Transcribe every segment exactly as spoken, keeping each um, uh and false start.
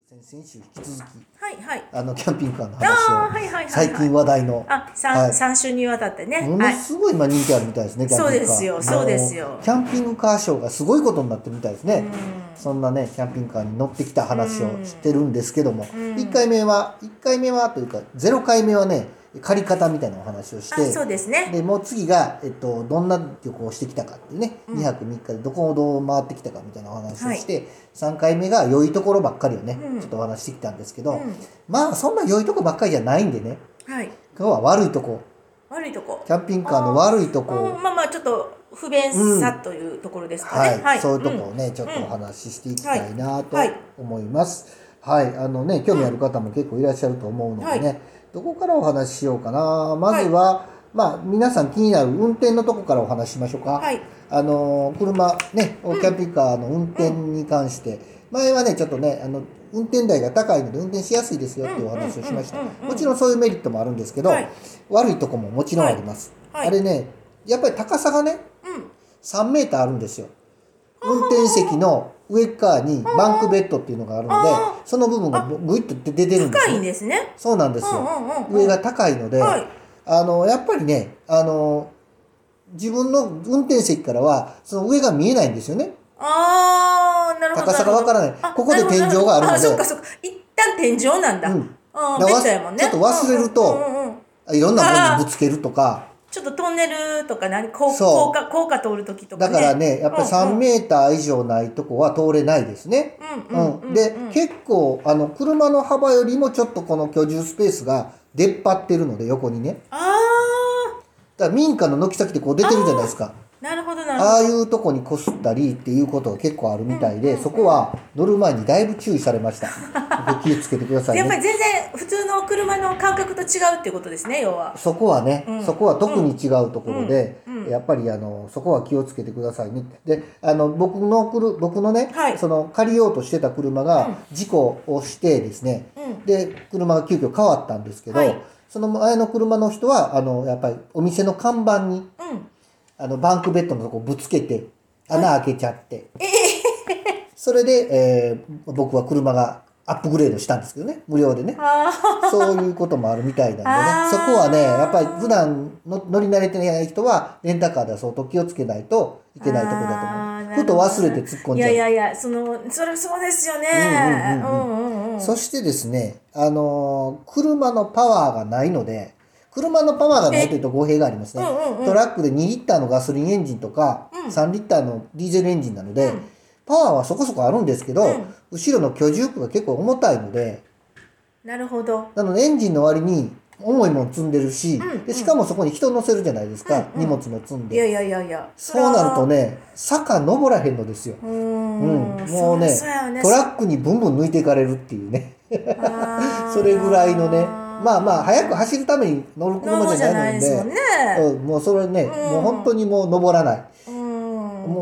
先々週引き続き、 はいはい。 あのキャンピングカーのああ、 話を、 はいはいはいはい。 最近話題の、 あ、三、 はい、 三週にわたってね。 ものはい。 すごい今人気あるみたいですね、キャンそうピングカー。 ですよ、そうですもよ。 うキャンピングカーショーがすごいことになってるみたいですうね。 ん。 そんなね、キャンピングカーに乗ってきた話をしてるんですけども、 うん。 いっかいめは、いっかいめはというか、ゼロかいめはね、借り方みたいなお話をしあ、 て、 そうですね。 でもう次が、えっと、どんな旅行をしてきたかっていうね、 うんにはくみっかでどこをどう回ってきたかみたいなお話をして、 はさんかいめが良いところばっかりをね、 うん。 ちょっとお話してきたんですけど、 うん。 まあそんな良いとこばっかりじゃないんでね、 はい。 今日は悪いとこ、 悪いとこ。 キャンピングカーの悪いとこうを、 ん、まあまあちょっと不便さというところですかはね。 い、そういうとこをね、ちょっとおうん。 話ししていきたいなとはい。 思います。はい、あのね、興味ある方も結構いらっしゃると思うのでね、 はい。 どこからお話ししようかな。まはい。 ずは、まあ、皆さん気になる運転のとこからお話ししましょうか。 はい。 あの、車、ね、キうん。 ャンピングカーの運転うん。 に関して、前はね、ちょっとね、あの、運転台が高いので運転しやすいですようん。 っていうおうん。うん。 話をしました。もうん。うん。 ちろんそういうメリットもあるんですけど、 はい。 悪いとこももちろんはい。 あります。 はい。 あれね、やっぱり高さがね、 うん。 さんメーターあるんですよ。運転席の上側にバンクベッドっていうのがあるので、 あその部分あ、 があ、 ぐいっと出てるんです高いんね。 ですね。 そうなんでうんうすよ。 んうんうん。 上が高いので、 はい。 あの、やっぱりね、あの、自分の運転席からは、その上が見えないんですよね。 ああ、なるほど高さなるほど。 がわからない。 あ、 ここなるほどで天井なるほど。あ、 があるので、 そっかそっか。一旦天井なんだ。 うん。 ああ、ベッだわドやもんね。 ちょっと忘れるうんうんうんと、 うんうん。 いろんなものにぶああ、 つけるとか、 ちょっとトンネルとか何、こう、高架、 そう。 高架通るときとかね。 だからね、やっぱり3 うんうん。 メーター以上ないとこは通れないですね。 うんうんうん。で、 うんうん。 結構、あの、車の幅よりもちょっとこの居住スペースが出っ張ってるので、横にね。 あだから民家の軒先ってこう出あ、あてるじゃないですあ、 か。 なるほどなるほど。 ああいうとこにこすったりっていうことが結構あるうんうんみたいで、そこうん。 は乗る前にだいぶ注意されました。気をつけてくださいね。 やっぱり全然普通の車の感覚と違うっていうことですね、要は。 そこはね、 うん。 そこはうん。 特に違うところうん。 で、 うん。 やっぱりあの、そこは気をつけてくださいね。で、あの、僕のくる、僕のね、 はい。 その借りようとしてた車がうん。 事故をしてですね、 うん。 で、車が急遽変わったんですけど、 はい。 その前の車の人は、あの、やっぱりお店の看板に、 うん。 あの、バンクベッドのとこぶつけて、 はい。 穴開けちゃって、 ええそれで、えー僕は車がアップグレードしたんですけどね、無料でね。そうあいうこともあるみたいなんでね。そこはね、やっぱり普あ。 段の乗り慣れてない人は、レンタカーでは相当気をつけないといけないところだと思う。 ああ、なふとるほどな。 忘れて突っ込んいじゃう。 やいやいや、その、そりゃそうですようんうんね。 うんうん。 うんうんうん。 そしてですね、あのー車のパワーがないので、車のパワーがないというえ、 と語弊がありますうんね。 うんうん。 トラックでにリッターのガソリンエンジンとか、 うん。 さんリッターのディーゼルエンジンなので、 うん。 パワーはそこそこあるんですけど、 うん。 後ろの居住区が結構重たいので、 なるほど。 なのでエンジンの割に重いもん積んでるし、 うんで、しうん。 かもそこに人乗せるじゃないですか。 うんうん。 荷物も積んで。 いやいやいやいや、そそうなるとら、 ね、坂登らへんのですよ。 ううん。 ーん、そらそうもうね、 やよね。そ、 トラックにブンブン抜いていかれるっていうね。それぐらいのね、まあまあ、早くあ走るために乗るー、ノーじゃ車じゃないないですもんので、 ね。 うん、もうそれね、 うもう本当ん。 にもう登らない。 うん。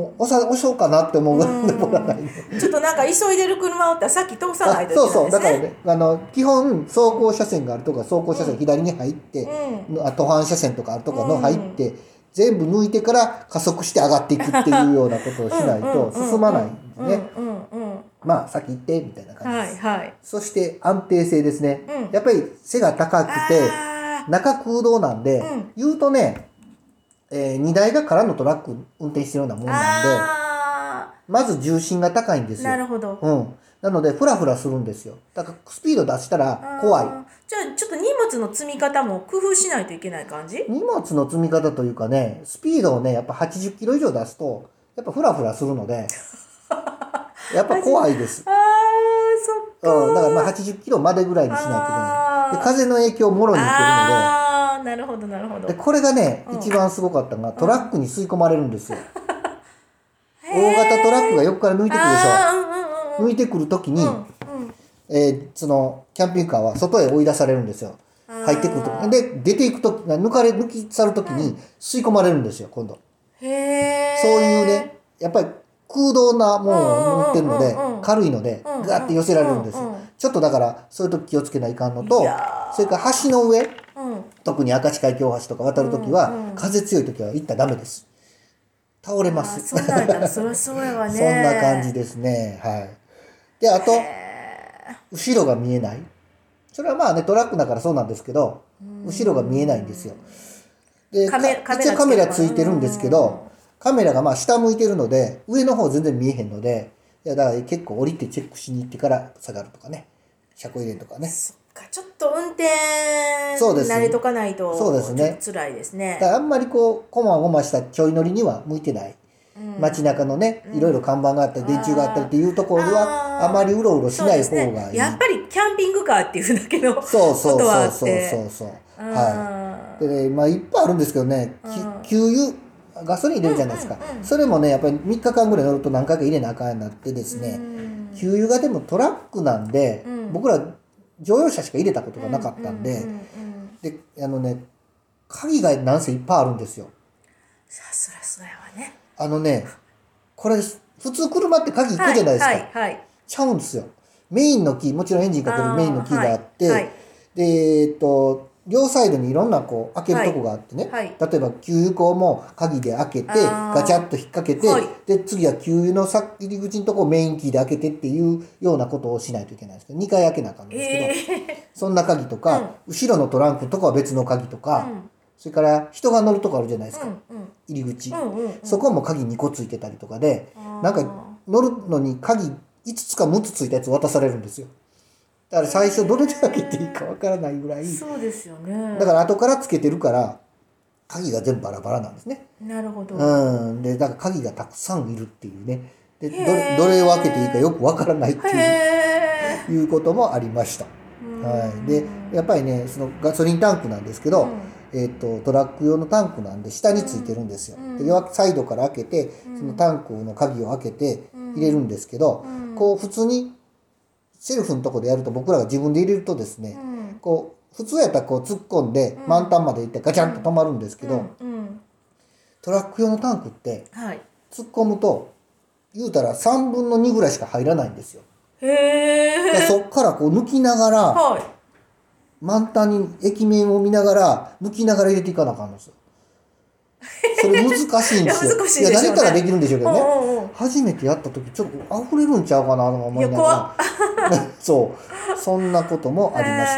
もう押さ、押そうかなって思ううぐらい登らないん。 ね。 ちょっとなんか急いでる車おったらさっき通さなあ、 いといけないそうそう。 ですね。 だからね、あの、基本、走行車線があるとか、走行車線うん。 左に入って、 うん。 あ途半車線とかあるとうかの入っん。 て、全部抜いてから加速して上がっていくっていうようなことをしうんないとうんうん進まないんうんですね。 うんうんうん。 まあ、先行って、みたいな感じではいす。 はい。 そして安定性ですね。 うん。 やっぱり背が高くて、 あ中空洞なんあ、 で、 うん。 言うとね、えー、荷台が空のトラック運転してるようなもんなんで、 あまず重心が高いんであ、 すよ。 なるほど。 うん。なので、フラフラするんですよ。だから、スピード出したら怖い。 ああ、じゃあちょっと荷物の積み方も工夫しないといけない感じ？ 荷物の積み方というかね、スピードをね、やっぱはちじゅっキロ以上出すと、やっぱフラフラするので、やっぱはじ、 怖いです。 ああ、そっうん。だからまあかはちじゅっキロまでぐらいにしないといけない。で、 あ風の影響をもろあ、 に受けるので、 ああ、なるほどなるほで、 ど。 これがね、 うん、 一番すごかったのが、トラッうん。 クに吸い込まれるんですよ。 へ大型トラックがえ、 横から抜いてくるでしああ、 ょ。 うんうん抜いてくるときに、 うんうん。うん、うん。 えーその、キャンピングカーは外へ追い出されるんですよ。入ってくるとき。 あで、出ていくとき、抜かれ、抜き去るときあ、うにん。 吸い込まれるんですよ、今度。 へそういうね、 え、 やっぱり空洞なもうんうのを乗ってるんうので、 んうんうん。 軽いので、 うんガーって寄せられるんですよ。 うんうんちょっとだから、そういうとき気をつけないかんのうん。いやと、それから橋の上、 ー、うん。 特に明石海峡大橋とか渡るときうんは、 うん。 風強いときは行ったらダメです。倒れまああ、 す。 そうなんやったらそりゃそうやわそんな感じね。 ですね。はい。で、あへと、 え。 後ろが見えない。それはまあねトラックだからそうなんですけど、後ろが見えないんですよ。でカメか一応カメラついてるんですけど、カメラがまあ下向いてるので上の方全然見えへんので、いやだから結構降りてチェックしに行ってから下がるとかね、車庫入れとかね。 そっか、ちょっと運転そうです慣れとかないとそうですねちょっと辛いですね。 だからあんまりこうこまごましたちょい乗りには向いてない。街中のね、いろいろ看板があったり電柱があったりっていうところではあまりうろうろしない方がいい。 ね、やっぱりキャンピングカーっていうだけのこそうそうとはあそうってそうそうそうはいでね、まあいっぱいあるんですけどね、き給油ガソリン入れるじゃないですか、それもねやっぱりみっかかんぐらい乗ると何回か入れなあかんようになってですね、給油がでもトラックなんで、僕ら乗用車しか入れたことがなかったんで、であのね鍵がなんせいっぱいあるんですよ。 さそらそうやわね。 あのねこれ普通車って鍵いっこじゃないですか、 はいはいはい、ちゃうんですよ。メインのキー、もちろんエンジンかけるメインのキーがあって、はいはい、でえっと両サイドにいろんなこう開けるとこがあってね、はいはい、例えば給油口も鍵で開けてガチャッと引っ掛けて、はい、で次は給油の入り口のとこをメインキーで開けてっていうようなことをしないといけないんですけど、にかい開けなあかんんですけど、えー、そんな鍵とか、うん、後ろのトランクのとこは別の鍵とか、うん、それから人が乗るとこあるじゃないですか、うんうん、入り口、うんうんうん、そこも鍵にこついてたりとかで、なんか乗るのに鍵いつつかむつついたやつ渡されるんですよ。だから最初どれで開けていいかわからないぐらい。 そうですよね。 だから後からつけてるから鍵が全部バラバラなんですね。 なるほど。 うん。でだから鍵がたくさんいるっていうね。でどれどれを開けていいかよくわからないっていういうこともありました。はい。でやっぱりねそのガソリンタンクなんですけど、うん、えっとトラック用のタンクなんで下についてるんですよ。うん、でサイドから開けてそのタンクの鍵を開けて入れるんですけど、うん、こう普通にセルフのとこでやると僕らが自分で入れるとですね、うん、こう普通やったらこう突っ込んで満タンまで行ってガチャンと止まるんですけど、うんうんうん、トラック用のタンクって突っ込むと言うたらさんぶんのにぐらいしか入らないんですよ。へでそっからこう抜きながら、はい、満タンに液面を見ながら抜きながら入れていかなあかんんですよ。それ難しいんですよ。いや、難しいでしょうね。いや、誰からできるんでしょうけどね。おうおう初めてやった時ちょっと溢れるんちゃうかなと思いながら。そうそんなこともありました。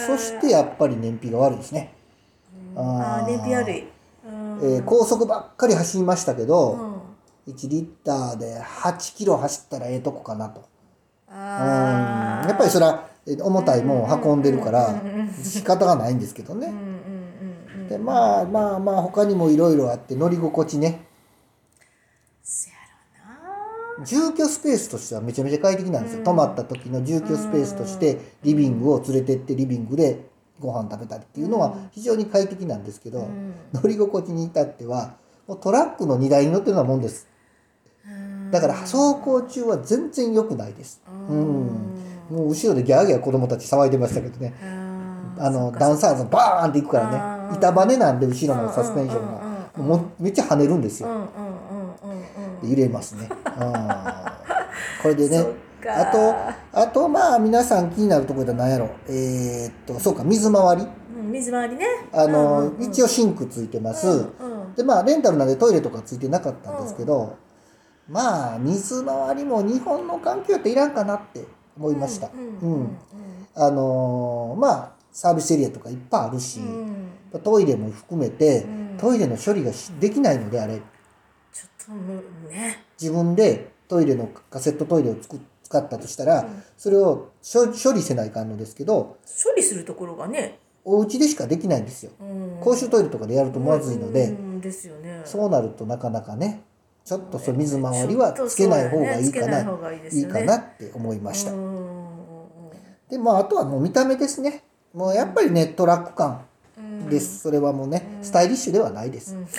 そしてやっぱり燃費が悪いですね。 ああ燃費悪い、 えー、高速ばっかり走りましたけど、うん、いちリッターではちキロ走ったらええとこかなと。あうんやっぱりそれは重たいもん運んでるから仕方がないんですけどね。でまあまあまあ他にもいろいろあって乗り心地ね。 そやろな。 住居スペースとしてはめちゃめちゃ快適なんですよ。泊まった時の住居スペースとしてリビングを連れてってリビングでご飯食べたりっていうのは非常に快適なんですけど、乗り心地に至ってはもうトラックの荷台に乗ってるようなもんです。だから走行中は全然良くないです。うんもう後ろでギャーギャー子供たち騒いでましたけどね。あの段差がバーンっていくからね。板バネなんで後ろのサスペンションがもうめっちゃ跳ねるんですよ。揺れますね。これでねあとあとまあ皆さん気になるところで何やろえー、っとそうか水回り、 うん、水回りねあの、うんうん、一応シンクついてます、うんうん、でまあレンタルなんでトイレとかついてなかったんですけど、うん、まあ水回りも日本の環境っていらんかなって思いました。あのー、まあサービスエリアとかいっぱいあるし、うん、トイレも含めて、うん、トイレの処理ができないのであれちょっともうね自分でトイレのカセットトイレをつく使ったとしたら、うん、それを処理せないかんのですけど処理するところがねお家でしかできないんですよ、うん、公衆トイレとかでやるとまずいので、 うん、ですよね、 そうなるとなかなかねちょっとそう水回りはつけない方がいいかな、ね、いいかなって思いました。でまああとはもう見た目ですね。もうやっぱりねトラック感です、うん、それはもうね、うん、スタイリッシュではないです、うん、も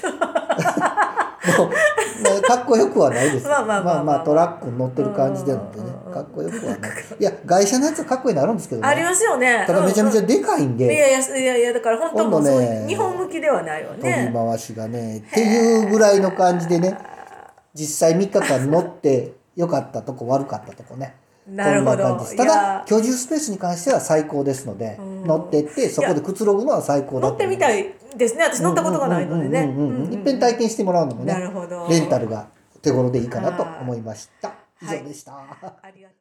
うかっこよくはないです。まあまあまあまあトラックに乗ってる感じでのでねかっこよくはない。いや外車のやつはかっこいいのあるんですけどね。 ありますよね。 ただめちゃめちゃでかいんで、うんうん、 いやいやいやいやだから本当もうそうね日本向きではないわね。 飛び回しがねっていうぐらいの感じでね実際みっかかん乗って良かったとこ悪かったとこねなるほど。 ただ居住スペースに関しては最高ですので、乗ってってそこでくつろぐのは最高だと思います。 乗ってみたいですね。私乗ったことがないのでね。 いっぺん体験してもらうのもねなるほどレンタルが手頃でいいかなと思いました。以上でした。 はい、ありがとう